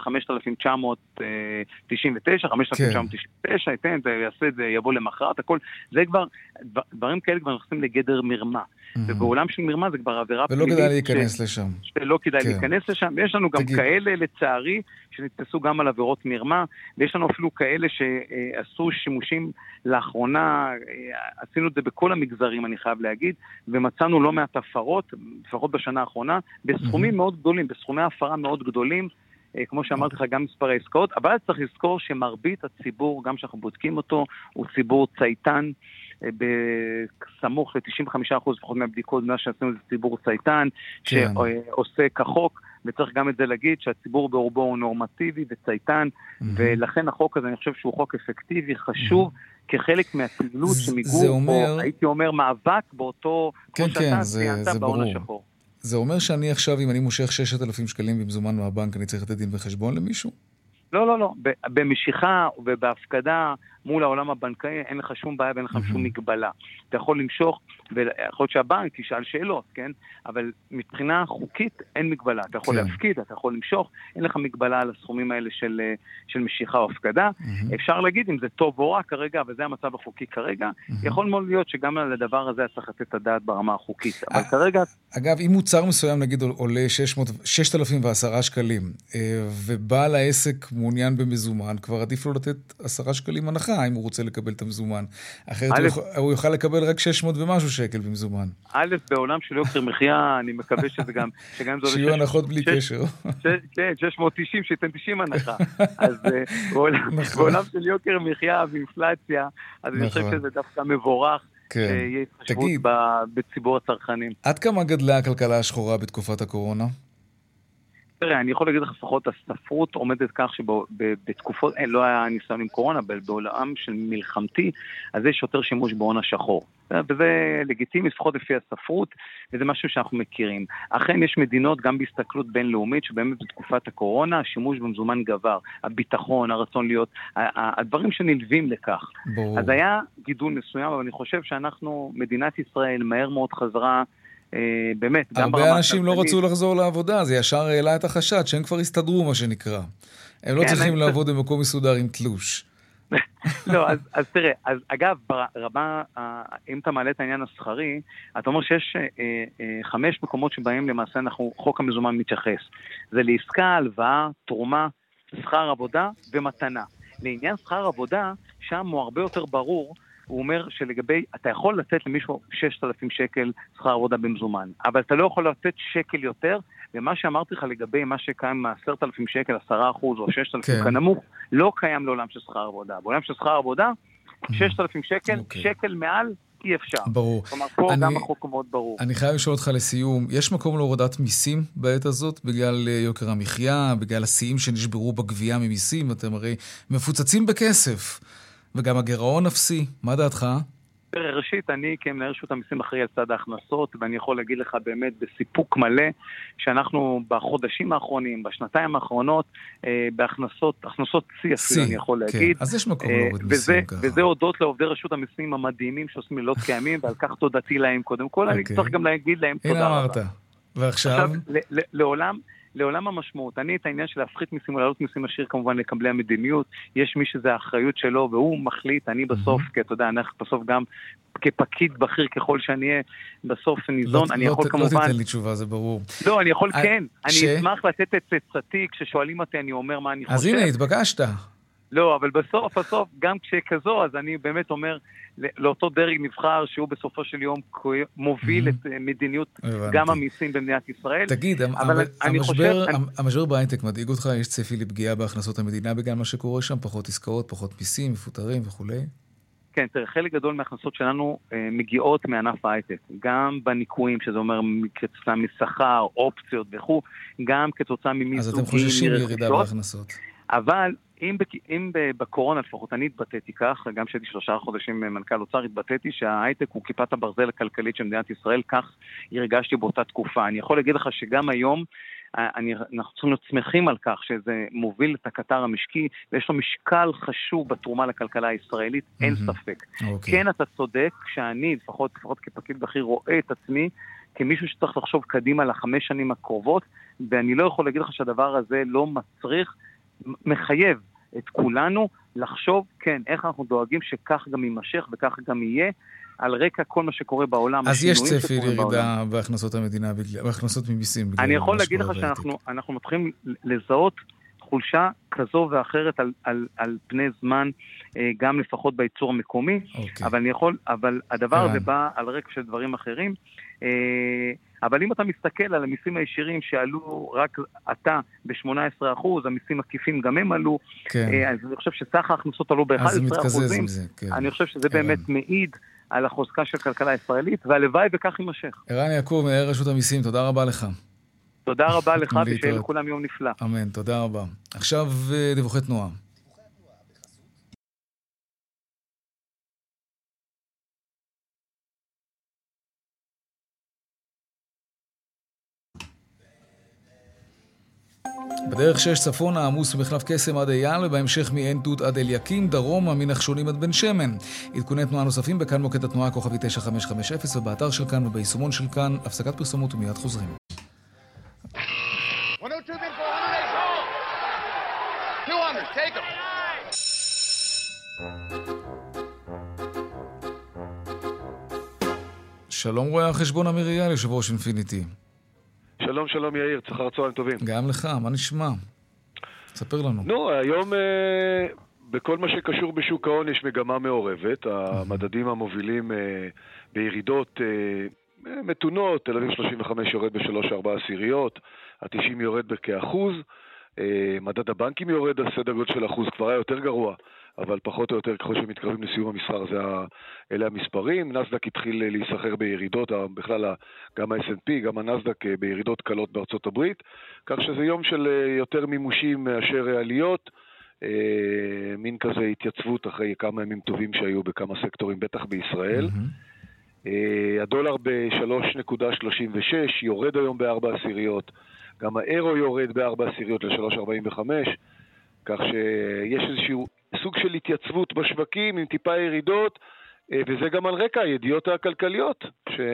5,999, 5,999, אתן, יעשה את זה, יבוא למחרת, הכל, זה כבר, דברים כאלה כבר נכנסים לגדר מרמה. ובעולם של מרמה זה כבר עבירה פלילית. ולא כדאי להיכנס לשם. שלא כדאי להיכנס לשם, ויש לנו גם כאלה, לצערי, שנתפסו גם על עבירות מרמה, ויש לנו אפילו כאלה שעשו שימושים לאחרונה, עשינו את זה בכל המגזרים, אני חייב להגיד, ומצאנו לא מעט הפרות, לפחות בשנה האחרונה, בסכומים מאוד גדולים, בסכומי הפרה מאוד גדולים, כמו שאמרתי לך, גם מספר העסקאות, אבל צריך לזכור שמרבית הציבור, גם שאנחנו בודקים אותו, הוא ציבור צייתן, בסמוך ל-95% לפחות מהבדיקות, מה שעשינו זה ציבור צייתן, שעושה כחוק, וצריך גם את זה להגיד שהציבור ברובו הוא נורמטיבי וצייתן, ולכן החוק הזה אני חושב שהוא חוק אפקטיבי, חשוב, כחלק מהפעילות שמיגור, או הייתי אומר מאבק באותו, כמו שאתה ציינת בהון השחור. זה אומר שאני עכשיו, אם אני מושך 6,000 שקלים במזומן מהבנק, אני צריך לתת דין וחשבון למישהו? לא. במשיכה ובהפקדה מול העולם הבנקאי אין לך שום בעיה ואין לך שום מגבלה. אתה יכול למשוך, ויכול להיות שהבנק ישאל שאלות, כן? אבל מבחינה חוקית אין מגבלה. אתה יכול להפקיד, אתה יכול למשוך, אין לך מגבלה על הסכומים האלה של משיכה או הפקדה. אפשר להגיד אם זה טוב או רע כרגע, וזה המצב החוקי כרגע, יכול מאוד להיות שגם על הדבר הזה צריך לתת את הדעת ברמה החוקית. אבל כרגע... אגב, אם מוצר מסוים נגיד עולה 6,010 שקלים, ובעל העסק מעוניין במזומן, כבר עדיף לו לתת 10 שקלים הנחה, אם הוא רוצה לקבל את המזומן. אחרת הוא יוכל לקבל רק 600 ומשהו שקל במזומן. א', בעולם של יוקר מחיה, אני מקווה שזה גם... שיהיו הנחות בלי קשר. כן, 690, שייתן 90 הנחה. אז בעולם של יוקר מחיה ואינפלציה, אז אני חושב שזה דווקא מבורך, שיהיה התחשבות בציבור הצרכנים. עד כמה גדלה הכלכלה השחורה בתקופת הקורונה? תראה, אני יכול להגיד לך לפחות, הספרות עומדת כך שבתקופות, לא היה ניסיון עם קורונה, אבל בעולם של מלחמתי, אז יש יותר שימוש בהון השחור. וזה לגיטימי, לפחות לפי הספרות, וזה משהו שאנחנו מכירים. אכן יש מדינות, גם בהסתכלות בינלאומית, שבאמת בתקופת הקורונה, השימוש במזומן גבר, הביטחון, הרצון להיות, הדברים שנלווים לכך. ברור. אז היה גידול מסוים, אבל אני חושב שאנחנו, מדינת ישראל, מהר מאוד חזרה, באמת, הרבה אנשים לא רצו לחזור לעבודה, זה ישר העלה את החשד, שהם כבר הסתדרו מה שנקרא. הם לא צריכים לעבוד במקום מסודר עם תלוש. לא, אז תראה, אז אגב, ברמה, אם אתה מעלה את העניין השכרי, אתה אומר שיש 5 מקומות שבהם למעשה חוק המזומן מתייחס. זה לעסקה, הלוואה, תרומה, שכר עבודה ומתנה. לעניין שכר עבודה, שם הוא הרבה יותר ברור, הוא אומר שלגבי, אתה יכול לתת למישהו 6,000 שקל שכר עבודה במזומן, אבל אתה לא יכול לתת שקל יותר, ומה שאמרתי לך לגבי מה שקיים מ10,000 שקל, 10% או 6,000 כנמוך, לא קיים לעולם של שכר עבודה. בעולם של שכר עבודה, 6,000 שקל, שקל מעל, אי אפשר. ברור. כלומר, פה גם החוק מאוד ברור. אני חייב לשאול אותך לסיום, יש מקום להורדת מיסים בעת הזאת, בגלל יוקר המחיה, בגלל השיאים שנשברו בגבייה ממיסים, אתם הרי מפוצצים בכסף. וגם הגירעון אפסי, מה דעתך? ראשית, אני כמנהל רשות המיסים אחראי על צד ההכנסות, ואני יכול להגיד לך באמת בסיפוק מלא, שאנחנו בחודשים האחרונים, בשנתיים האחרונות, בהכנסות צי, אני יכול להגיד. אז יש מקום להוריד מיסים ככה. וזה הודות לעובדי רשות המיסים המדהימים שעושים לילות קיימים, ועל כך תודתי להם קודם כל, אני צריך גם להגיד להם תודה רבה. הנה אמרת. ועכשיו? לעולם המשמעות, אני את העניין של להפחית מיסים או להעלות מיסים משאיר כמובן לקבלי המדיניות, יש מי שזה האחריות שלו והוא מחליט, אני בסוף, כי אתה יודע, אנחנו בסוף גם כפקיד בכיר ככל שאני אהיה בסוף ניזון, אני יכול כמובן... לא תיתן לי תשובה, זה ברור. לא, אני יכול כן, אני אשמח לתת את צאתי, כששואלים אותי אני אומר מה אני חושב. אז הנה, התבקשת. לא, אבל בסוף, גם כשכזו, אז אני באמת אומר, לאותו דרג נבחר שהוא בסופו של יום מוביל את מדיניות גם המיסים במדינת ישראל. תגיד, המשבר בהייטק מדאיג אותך? יש צפי לפגיעה בהכנסות המדינה בגלל מה שקורה שם? פחות עסקאות, פחות מיסים, מפוטרים וכו'? כן, תראה, חלק גדול מההכנסות שלנו מגיעות מענף ההייטק. גם בניקויים, שזה אומר כתוצאה משכר, אופציות וכו', גם כתוצאה ממיסוגים. אז אתם חוששים ירידה בהכנסות. אבל אם בקורונה לפחות אני התבטאתי כך, גם שהייתי 3 חודשים מנכ"ל אוצר, התבטאתי שההייטק הוא כיפת הברזל הכלכלית של מדינת ישראל, כך הרגשתי באותה תקופה. אני יכול להגיד לך שגם היום אנחנו צריכים להיות שמחים על כך שזה מוביל את הקטר המשקי, ויש לו משקל חשוב בתרומה לכלכלה הישראלית, אין ספק. כן, אתה צודק שאני, לפחות כפקיד בכיר, רואה את עצמי כמישהו שצריך לחשוב קדימה ל5 שנים הקרובות, ואני לא יכול להגיד לך שהדבר הזה לא מצריך, מחייב את כולנו לחשוב, כן, איך אנחנו דואגים שכך גם יימשך וכך גם יהיה, על רקע כל מה שקורה בעולם. אז יש צפי לירידה בהכנסות המדינה, בהכנסות ממיסים. אני יכול להגיד לך שאנחנו מתחילים לזהות חולשה כזו ואחרת על פני זמן, גם לפחות בייצור המקומי, אבל הדבר הזה בא על רקע של דברים אחרים. אבל אם אתה מסתכל על המיסים הישירים שעלו רק עתה ב-18%, המיסים עקיפים גם הם עלו, אז אני חושב שסך ההכנסות עלו ב-11%. אני חושב שזה באמת מעיד על החוזקה של כלכלה הישראלית, והלוואי וכך יימשך. ערן יעקב, מנהל רשות המיסים, תודה רבה לך. תודה רבה לך, ושיהיה לכולם יום נפלא. אמן, תודה רבה. עכשיו דיווחי תנועה. בדרך 6 צפונה עמוס מחלף קסם עד אייל, ובהמשך מעין תות עד אליקים, דרומה מנחשונים עד בן שמן. עדכוני תנועה נוספים בכאן מוקד התנועה כוכבי 9550 ובאתר של כאן וביישומון של כאן. הפסקת פרסומות ומיד חוזרים. שלום רואה החשבון אמיר אייל, יושב ראש אינפיניטי. שלום, שלום יאיר, צחר צהריים טובים. גם לך, מה נשמע? תספר לנו. נו, היום בכל מה שקשור בשוק ההון יש מגמה מעורבת. המדדים המובילים בירידות מתונות, תל אביב 35 יורד ב3-4 עשיריות, ה-90 יורד בכ1%, מדד הבנקים יורד על סדר גודל של 1%, כבר היה יותר גרוע, אבל פחות או יותר ככל שמתקרבים לסיום המסחר, אלה המספרים. נסדק התחיל להיסחר בירידות, בכלל גם ה-S&P, גם הנסדק בירידות קלות בארצות הברית, כך שזה יום של יותר מימושים מאשר עליות, מין כזה התייצבות אחרי כמה ימים טובים שהיו בכמה סקטורים, בטח בישראל. הדולר ב-3.36, יורד היום ב4 עשיריות, גם האירו יורד ב4 עשיריות ל3.45, כך שיש איזשהו סוג של התייצבות בשווקים עם טיפה ירידות, וזה גם על רקע הידיעות הכלכליות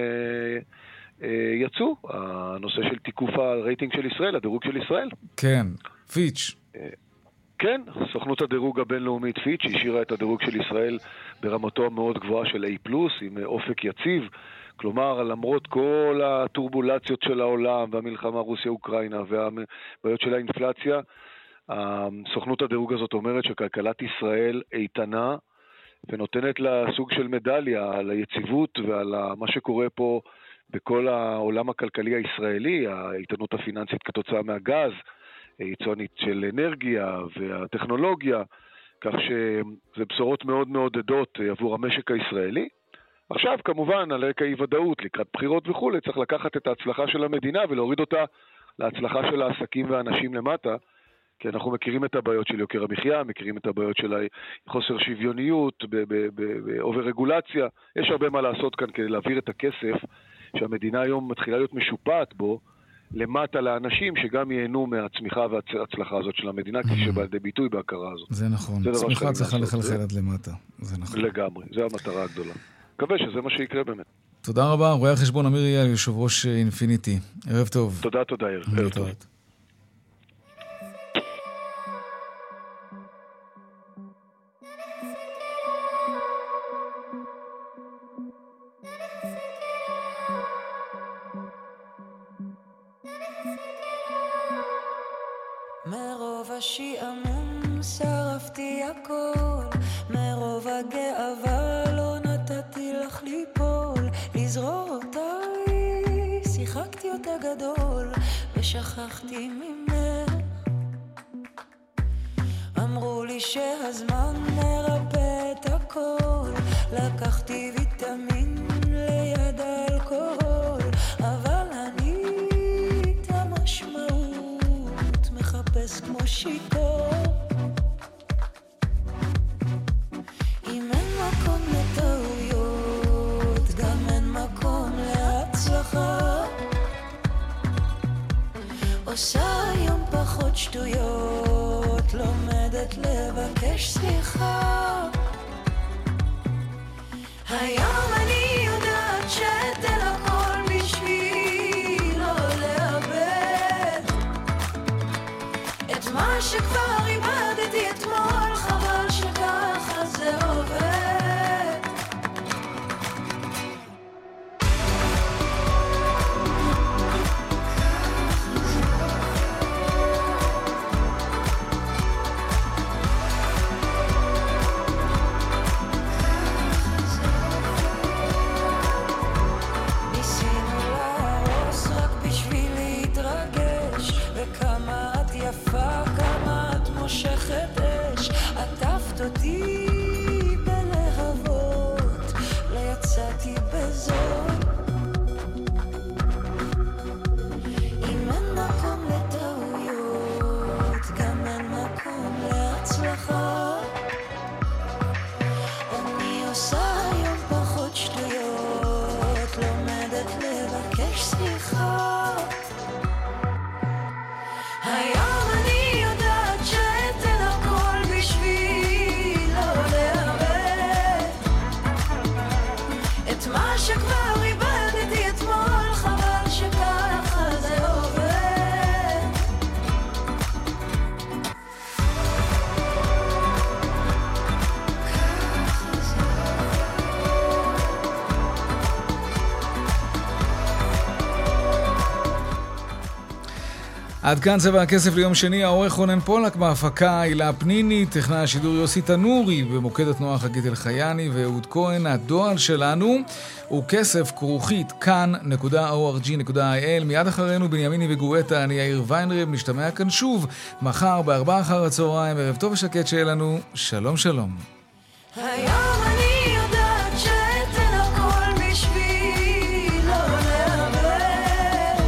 שיצאו, הנושא של תיקוף הרייטינג של ישראל, הדירוג של ישראל. כן, פיץ'. כן, סוכנות הדירוג הבינלאומית פיץ' השאירה את הדירוג של ישראל ברמתו המאוד גבוהה של A+, עם אופק יציב, כלומר, למרות כל הטורבולציות של העולם והמלחמה רוסיה-אוקראינה והבעיות של האינפלציה, סוכנות הדירוג הזאת אומרת שכלכלת ישראל איתנה ונותנת לה סוג של מדליה על היציבות ועל מה שקורה פה בכל העולם הכלכלי הישראלי, האיתנות הפיננסית כתוצאה מהגז, יצואנית של אנרגיה והטכנולוגיה, כך שזה בשורות מאוד מעודדות עבור המשק הישראלי. עכשיו, כמובן, על רקע אי-ודאות, לקראת בחירות וכו', צריך לקחת את ההצלחה של המדינה ולהוריד אותה להצלחה של העסקים והאנשים למטה, כי אנחנו מכירים את הבעיות של יוקר המחיה, מכירים את הבעיות של חוסר שוויוניות, באובר רגולציה. יש הרבה מה לעשות כאן כדי להעביר את הכסף שהמדינה היום מתחילה להיות משופעת בו, למטה לאנשים שגם ייהנו מהצמיחה וההצלחה הזאת של המדינה, כפי שבא לידי ביטוי בהכרה הזאת. זה נכון, צמיחה צריכה לחלחל עד למטה, זה נכון. לגמרי, זו המטרה הגדולה. מקווה שזה מה שיקרה באמת. תודה רבה, רואה החשבון אמיר אייל, יושב ראש אינפיניטי. ערב טוב. תודה, ערב טוב. מרוב השעמום שרפתי הכל, מרוב הגאווה לא נתתי לך ליפול, לזרור אותי, שיחקתי אותה גדול ושכחתי ממך. אמרו לי שהזמן מרפא את הכל, לקחתי ויטמין ליד אלכוהול, אבל אני את המשמעות מחפש כמו שיקור. אם אין מקום לטעויות, גם אין מקום להצלחה. עושה היום פחות שטויות, לומדת לבקש סליחה. היום אני יודעת שאתן הכל בשביל לא לאבד את מה שכבר איבדתי אתמול, חבל שככה זה עובד. אותי בלהבות, לא יצאתי בזאת. אם אין מקום לטעויות, גם אין מקום להצלחה. אני עושה היום פחות שטויות, לומדת לבקש סליחה. היום אני יודעת שאתן הכל בשביל מה שכבר איבדתי אתמול, חבל שככה זה עובד. עד כאן צבע הכסף ליום שני, העורך רונן פולק, בהפקה הילה פניני, טכנאי השידור יוסי תנורי, במוקד התנועה חגית אלחייני ואהוד כהן. הדואל שלנו הוא כסף@kan.org.il. מיד אחרינו בנימיני וגואטה, אני יאיר ויינרב, נשתמע כאן שוב מחר ב4 אחר הצהריים. ערב טוב ושקט שיהיה לנו, שלום שלום. היום אני יודעת שאתן הכל בשביל לא לאבד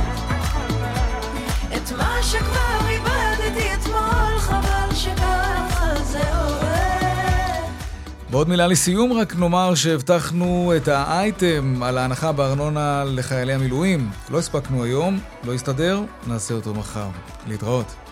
את מה שכבר איבדתי אתמול, חבל שככה זה עובד. בעוד מילה לסיום, רק נאמר שהבטחנו את האייטם על ההנחה בארנונה לחיילי המילואים. לא הספקנו היום, לא הסתדר, נעשה אותו מחר. להתראות.